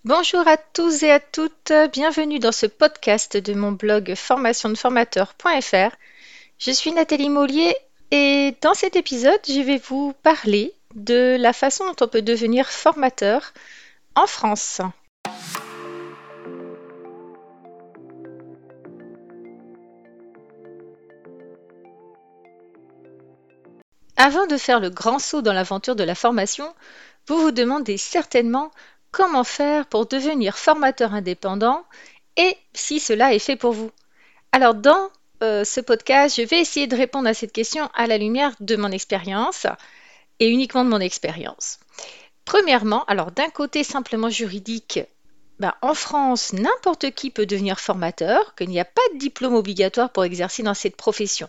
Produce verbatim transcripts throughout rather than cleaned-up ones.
Bonjour à tous et à toutes, bienvenue dans ce podcast de mon blog formation de formateur point f r. Je suis Nathalie Mollier et dans cet épisode, je vais vous parler de la façon dont on peut devenir formateur en France. Avant de faire le grand saut dans l'aventure de la formation, vous vous demandez certainement comment faire pour devenir formateur indépendant et si cela est fait pour vous. Alors dans euh, ce podcast, je vais essayer de répondre à cette question à la lumière de mon expérience et uniquement de mon expérience. Premièrement, alors d'un côté simplement juridique, ben, en France, n'importe qui peut devenir formateur, qu'il n'y a pas de diplôme obligatoire pour exercer dans cette profession.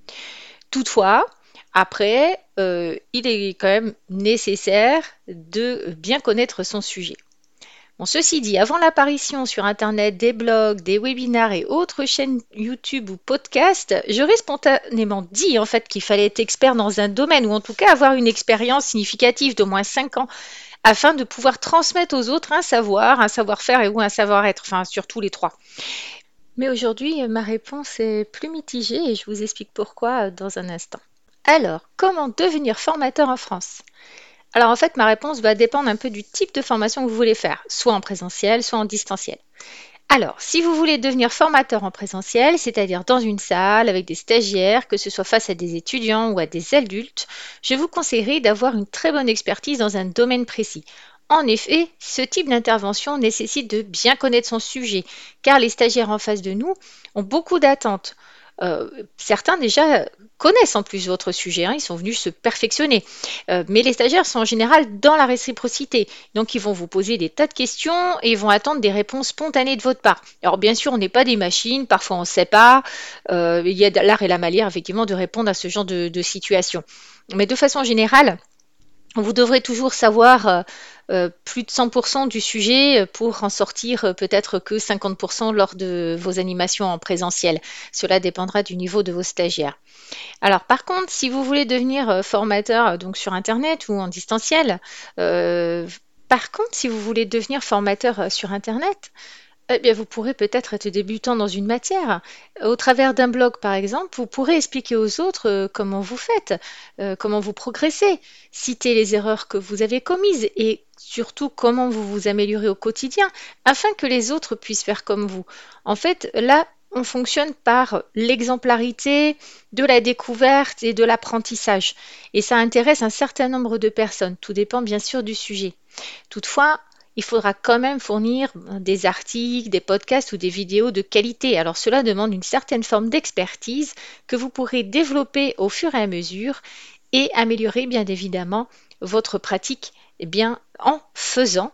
Toutefois, après, euh, il est quand même nécessaire de bien connaître son sujet. Bon, ceci dit, avant l'apparition sur Internet des blogs, des webinaires et autres chaînes YouTube ou podcasts, j'aurais spontanément dit en fait qu'il fallait être expert dans un domaine ou en tout cas avoir une expérience significative d'au moins cinq ans afin de pouvoir transmettre aux autres un savoir, un savoir-faire et ou un savoir-être, enfin surtout les trois. Mais aujourd'hui, ma réponse est plus mitigée et je vous explique pourquoi dans un instant. Alors, comment devenir formateur en France ? Alors en fait, ma réponse va dépendre un peu du type de formation que vous voulez faire, soit en présentiel, soit en distanciel. Alors, si vous voulez devenir formateur en présentiel, c'est-à-dire dans une salle avec des stagiaires, que ce soit face à des étudiants ou à des adultes, je vous conseillerais d'avoir une très bonne expertise dans un domaine précis. En effet, ce type d'intervention nécessite de bien connaître son sujet, car les stagiaires en face de nous ont beaucoup d'attentes. Euh, certains déjà connaissent en plus votre sujet, hein, ils sont venus se perfectionner. Euh, mais les stagiaires sont en général dans la réciprocité. Donc ils vont vous poser des tas de questions et ils vont attendre des réponses spontanées de votre part. Alors bien sûr, on n'est pas des machines, parfois on ne sait pas. Euh, il y a l'art et la manière effectivement de répondre à ce genre de, de situation. Mais de façon générale, vous devrez toujours savoir euh, euh, plus de cent pour cent du sujet pour en sortir euh, peut-être que cinquante pour cent lors de vos animations en présentiel. Cela dépendra du niveau de vos stagiaires. Alors par contre, si vous voulez devenir euh, formateur euh, donc sur Internet ou en distanciel, euh, par contre, si vous voulez devenir formateur euh, sur Internet, eh bien, vous pourrez peut-être être débutant dans une matière. Au travers d'un blog, par exemple, vous pourrez expliquer aux autres euh, comment vous faites, euh, comment vous progressez, citer les erreurs que vous avez commises et surtout comment vous vous améliorez au quotidien afin que les autres puissent faire comme vous. En fait, là, on fonctionne par l'exemplarité de la découverte et de l'apprentissage. Et ça intéresse un certain nombre de personnes. Tout dépend bien sûr du sujet. Toutefois, il faudra quand même fournir des articles, des podcasts ou des vidéos de qualité. Alors cela demande une certaine forme d'expertise que vous pourrez développer au fur et à mesure et améliorer bien évidemment votre pratique eh bien, en faisant.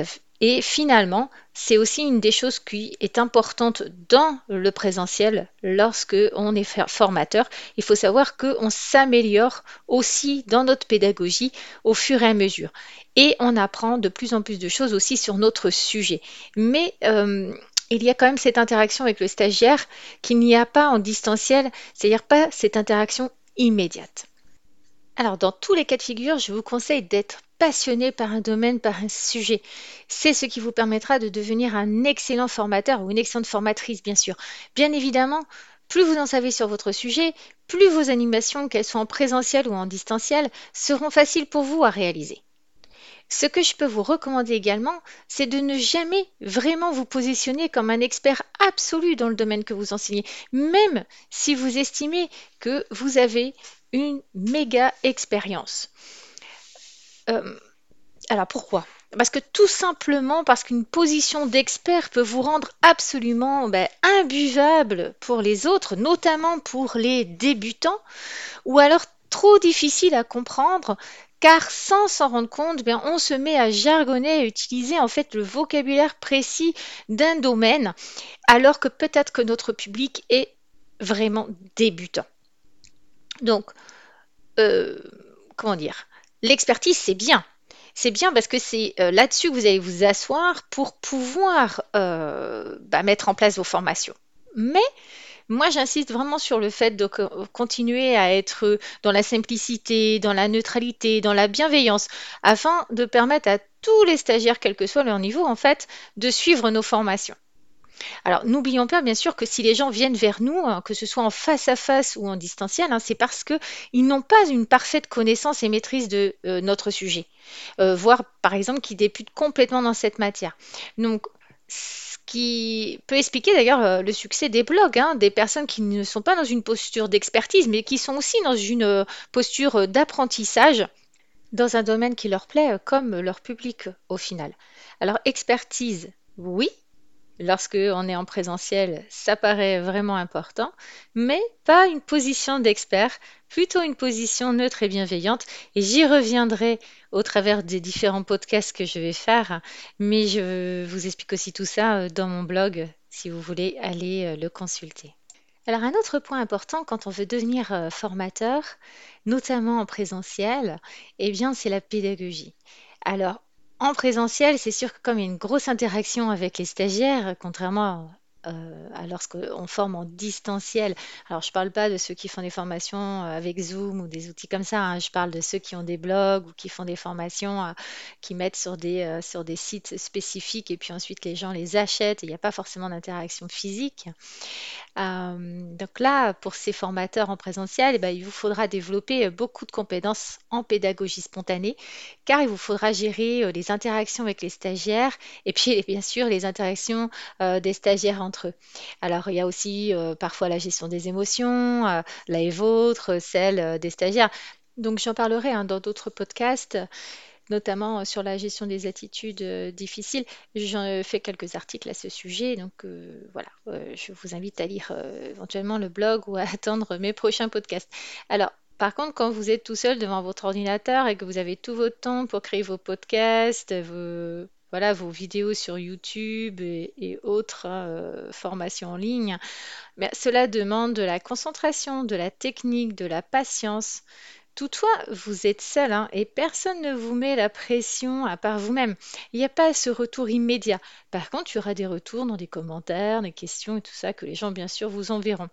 Et finalement, c'est aussi une des choses qui est importante dans le présentiel lorsque on est formateur. Il faut savoir qu'on s'améliore aussi dans notre pédagogie au fur et à mesure. Et on apprend de plus en plus de choses aussi sur notre sujet. Mais euh, il y a quand même cette interaction avec le stagiaire qu'il n'y a pas en distanciel, c'est-à-dire pas cette interaction immédiate. Alors, dans tous les cas de figure, je vous conseille d'être passionné par un domaine, par un sujet. C'est ce qui vous permettra de devenir un excellent formateur ou une excellente formatrice, bien sûr. Bien évidemment, plus vous en savez sur votre sujet, plus vos animations, qu'elles soient en présentiel ou en distanciel, seront faciles pour vous à réaliser. Ce que je peux vous recommander également, c'est de ne jamais vraiment vous positionner comme un expert absolu dans le domaine que vous enseignez, même si vous estimez que vous avez une méga expérience. Euh, alors pourquoi? Parce que tout simplement parce qu'une position d'expert peut vous rendre absolument ben, imbuvable pour les autres, notamment pour les débutants, ou alors trop difficile à comprendre car sans s'en rendre compte, bien, on se met à jargonner, à utiliser en fait le vocabulaire précis d'un domaine, alors que peut-être que notre public est vraiment débutant. Donc, euh, comment dire, l'expertise, c'est bien. C'est bien parce que c'est euh, là-dessus que vous allez vous asseoir pour pouvoir euh, bah, mettre en place vos formations. Mais Moi, j'insiste vraiment sur le fait de co- continuer à être dans la simplicité, dans la neutralité, dans la bienveillance, afin de permettre à tous les stagiaires, quel que soit leur niveau, en fait, de suivre nos formations. Alors, n'oublions pas, bien sûr, que si les gens viennent vers nous, hein, que ce soit en face à face ou en distanciel, hein, c'est parce qu'ils n'ont pas une parfaite connaissance et maîtrise de euh, notre sujet, euh, voire, par exemple, qu'ils débutent complètement dans cette matière. Donc, ce qui peut expliquer d'ailleurs euh, le succès des blogs, hein, des personnes qui ne sont pas dans une posture d'expertise, mais qui sont aussi dans une euh, posture euh, d'apprentissage dans un domaine qui leur plaît, euh, comme leur public euh, au final. Alors, expertise, oui, lorsque on est en présentiel, ça paraît vraiment important, mais pas une position d'expert, plutôt une position neutre et bienveillante. Et j'y reviendrai au travers des différents podcasts que je vais faire, mais je vous explique aussi tout ça euh, dans mon blog si vous voulez aller euh, le consulter. Alors un autre point important quand on veut devenir euh, formateur, notamment en présentiel, eh bien c'est la pédagogie. Alors en présentiel, c'est sûr que comme il y a une grosse interaction avec les stagiaires, contrairement euh, à lorsqu'on forme en distanciel, alors je ne parle pas de ceux qui font des formations euh, avec Zoom ou des outils comme ça, hein, je parle de ceux qui ont des blogs ou qui font des formations, euh, qui mettent sur des, euh, sur des sites spécifiques et puis ensuite les gens les achètent et il n'y a pas forcément d'interaction physique. Euh, donc là, pour ces formateurs en présentiel, eh ben, il vous faudra développer euh, beaucoup de compétences en pédagogie spontanée, car il vous faudra gérer euh, les interactions avec les stagiaires et puis bien sûr les interactions euh, des stagiaires entre eux. Alors il y a aussi euh, parfois la gestion des émotions, euh, la et vôtre, celle euh, des stagiaires. Donc j'en parlerai hein, dans d'autres podcasts, notamment euh, sur la gestion des attitudes euh, difficiles. J'en fais quelques articles à ce sujet, donc euh, voilà, euh, je vous invite à lire euh, éventuellement le blog ou à attendre mes prochains podcasts. Alors, par contre, quand vous êtes tout seul devant votre ordinateur et que vous avez tout votre temps pour créer vos podcasts, vos, voilà, vos vidéos sur YouTube et, et autres hein, euh, formations en ligne, mais cela demande de la concentration, de la technique, de la patience. Toutefois, vous êtes seul hein, et personne ne vous met la pression à part vous-même. Il n'y a pas ce retour immédiat. Par contre, il y aura des retours dans des commentaires, des questions et tout ça que les gens, bien sûr, vous enverront.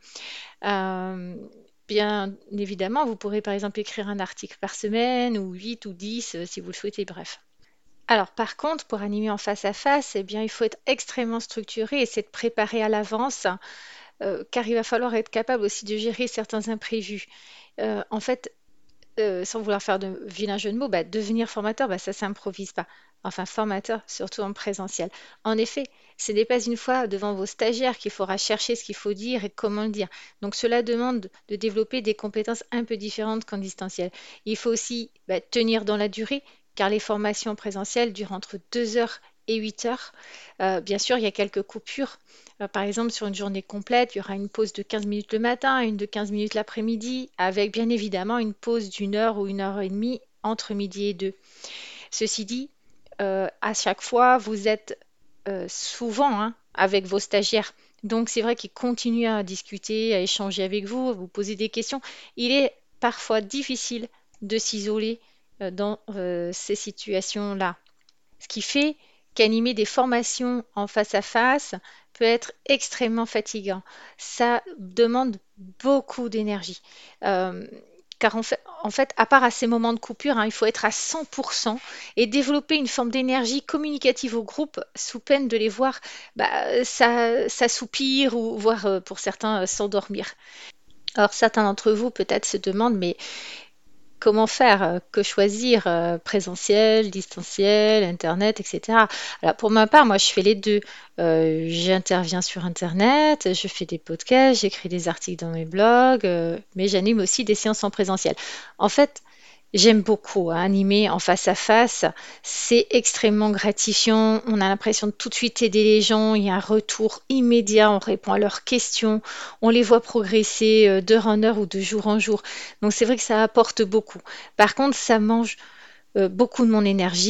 Euh, bien évidemment, vous pourrez par exemple écrire un article par semaine ou huit ou dix euh, si vous le souhaitez, bref. Alors, par contre, pour animer en face à face, eh bien, il faut être extrêmement structuré et s'être préparé à l'avance, euh, car il va falloir être capable aussi de gérer certains imprévus. Euh, en fait, euh, sans vouloir faire de vilain jeu de mots, bah, devenir formateur, bah, ça s'improvise pas. Enfin, formateur, surtout en présentiel. En effet, ce n'est pas une fois devant vos stagiaires qu'il faudra chercher ce qu'il faut dire et comment le dire. Donc, cela demande de développer des compétences un peu différentes qu'en distanciel. Il faut aussi bah, tenir dans la durée, car les formations en présentiel durent entre deux heures et huit heures. Euh, bien sûr, il y a quelques coupures. Euh, par exemple, sur une journée complète, il y aura une pause de quinze minutes le matin, une de quinze minutes l'après-midi, avec bien évidemment une pause d'une heure ou une heure et demie entre midi et deux. Ceci dit, euh, à chaque fois, vous êtes euh, souvent hein, avec vos stagiaires. Donc, c'est vrai qu'ils continuent à discuter, à échanger avec vous, à vous poser des questions. Il est parfois difficile de s'isoler euh, dans euh, ces situations-là. Ce qui fait qu'animer des formations en face à face peut être extrêmement fatigant. Ça demande beaucoup d'énergie. Euh, car en fait, en fait, à part à ces moments de coupure, hein, il faut être à cent pour cent et développer une forme d'énergie communicative au groupe sous peine de les voir bah, ça, s'assoupir ou voire euh, pour certains euh, s'endormir. Alors certains d'entre vous peut-être se demandent, mais comment faire, euh, que choisir, euh, présentiel, distanciel, internet, et cetera. Alors pour ma part, moi je fais les deux. Euh, j'interviens sur internet, je fais des podcasts, j'écris des articles dans mes blogs, euh, mais j'anime aussi des séances en présentiel. En fait, j'aime beaucoup hein, animer en face à face. C'est extrêmement gratifiant. On a l'impression de tout de suite aider les gens. Il y a un retour immédiat. On répond à leurs questions. On les voit progresser euh, d'heure en heure ou de jour en jour. Donc c'est vrai que ça apporte beaucoup. Par contre, ça mange euh, beaucoup de mon énergie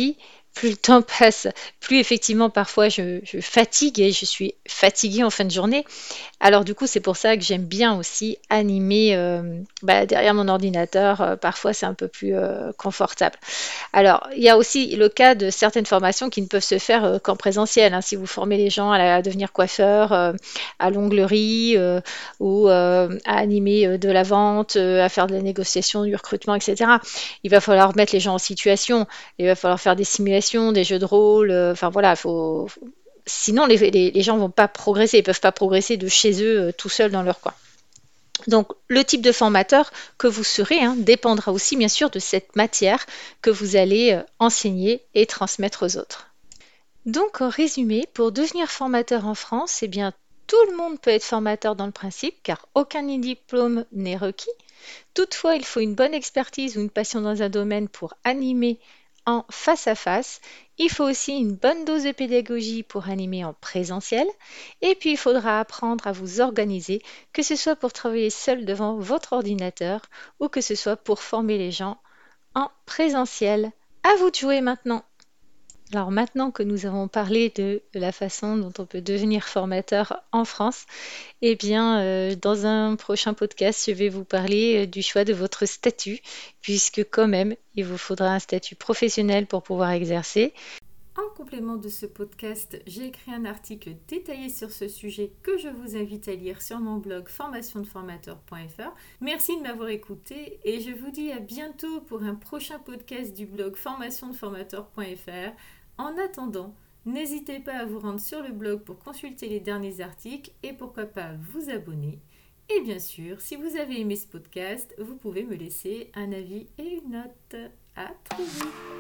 plus le temps passe, plus effectivement parfois je, je fatigue et je suis fatiguée en fin de journée. Alors du coup, c'est pour ça que j'aime bien aussi animer euh, bah, derrière mon ordinateur. Euh, parfois, c'est un peu plus euh, confortable. Alors, il y a aussi le cas de certaines formations qui ne peuvent se faire euh, qu'en présentiel, hein. Si vous formez les gens à, la- à devenir coiffeur, euh, à l'onglerie euh, ou euh, à animer euh, de la vente, euh, à faire de la négociation, du recrutement, et cetera. Il va falloir mettre les gens en situation. Il va falloir faire des simulations, des jeux de rôle. euh, Enfin voilà, faut, faut- sinon les, les, les gens vont pas progresser. Ils peuvent pas progresser de chez eux euh, tout seuls dans leur coin. Donc, le type de formateur que vous serez hein, dépendra aussi, bien sûr, de cette matière que vous allez euh, enseigner et transmettre aux autres. Donc, en résumé, pour devenir formateur en France, eh bien, tout le monde peut être formateur dans le principe, car aucun diplôme n'est requis. Toutefois, il faut une bonne expertise ou une passion dans un domaine pour animer en face à face. Il faut aussi une bonne dose de pédagogie pour animer en présentiel. Et puis, il faudra apprendre à vous organiser, que ce soit pour travailler seul devant votre ordinateur ou que ce soit pour former les gens en présentiel. À vous de jouer maintenant. Alors maintenant que nous avons parlé de la façon dont on peut devenir formateur en France, eh bien, euh, dans un prochain podcast, je vais vous parler euh, du choix de votre statut, puisque quand même, il vous faudra un statut professionnel pour pouvoir exercer. En complément de ce podcast, j'ai écrit un article détaillé sur ce sujet que je vous invite à lire sur mon blog formation de formateur point f r. Merci de m'avoir écouté et je vous dis à bientôt pour un prochain podcast du blog formation de formateur point f r. En attendant, n'hésitez pas à vous rendre sur le blog pour consulter les derniers articles et pourquoi pas vous abonner. Et bien sûr, si vous avez aimé ce podcast, vous pouvez me laisser un avis et une note. À très vite!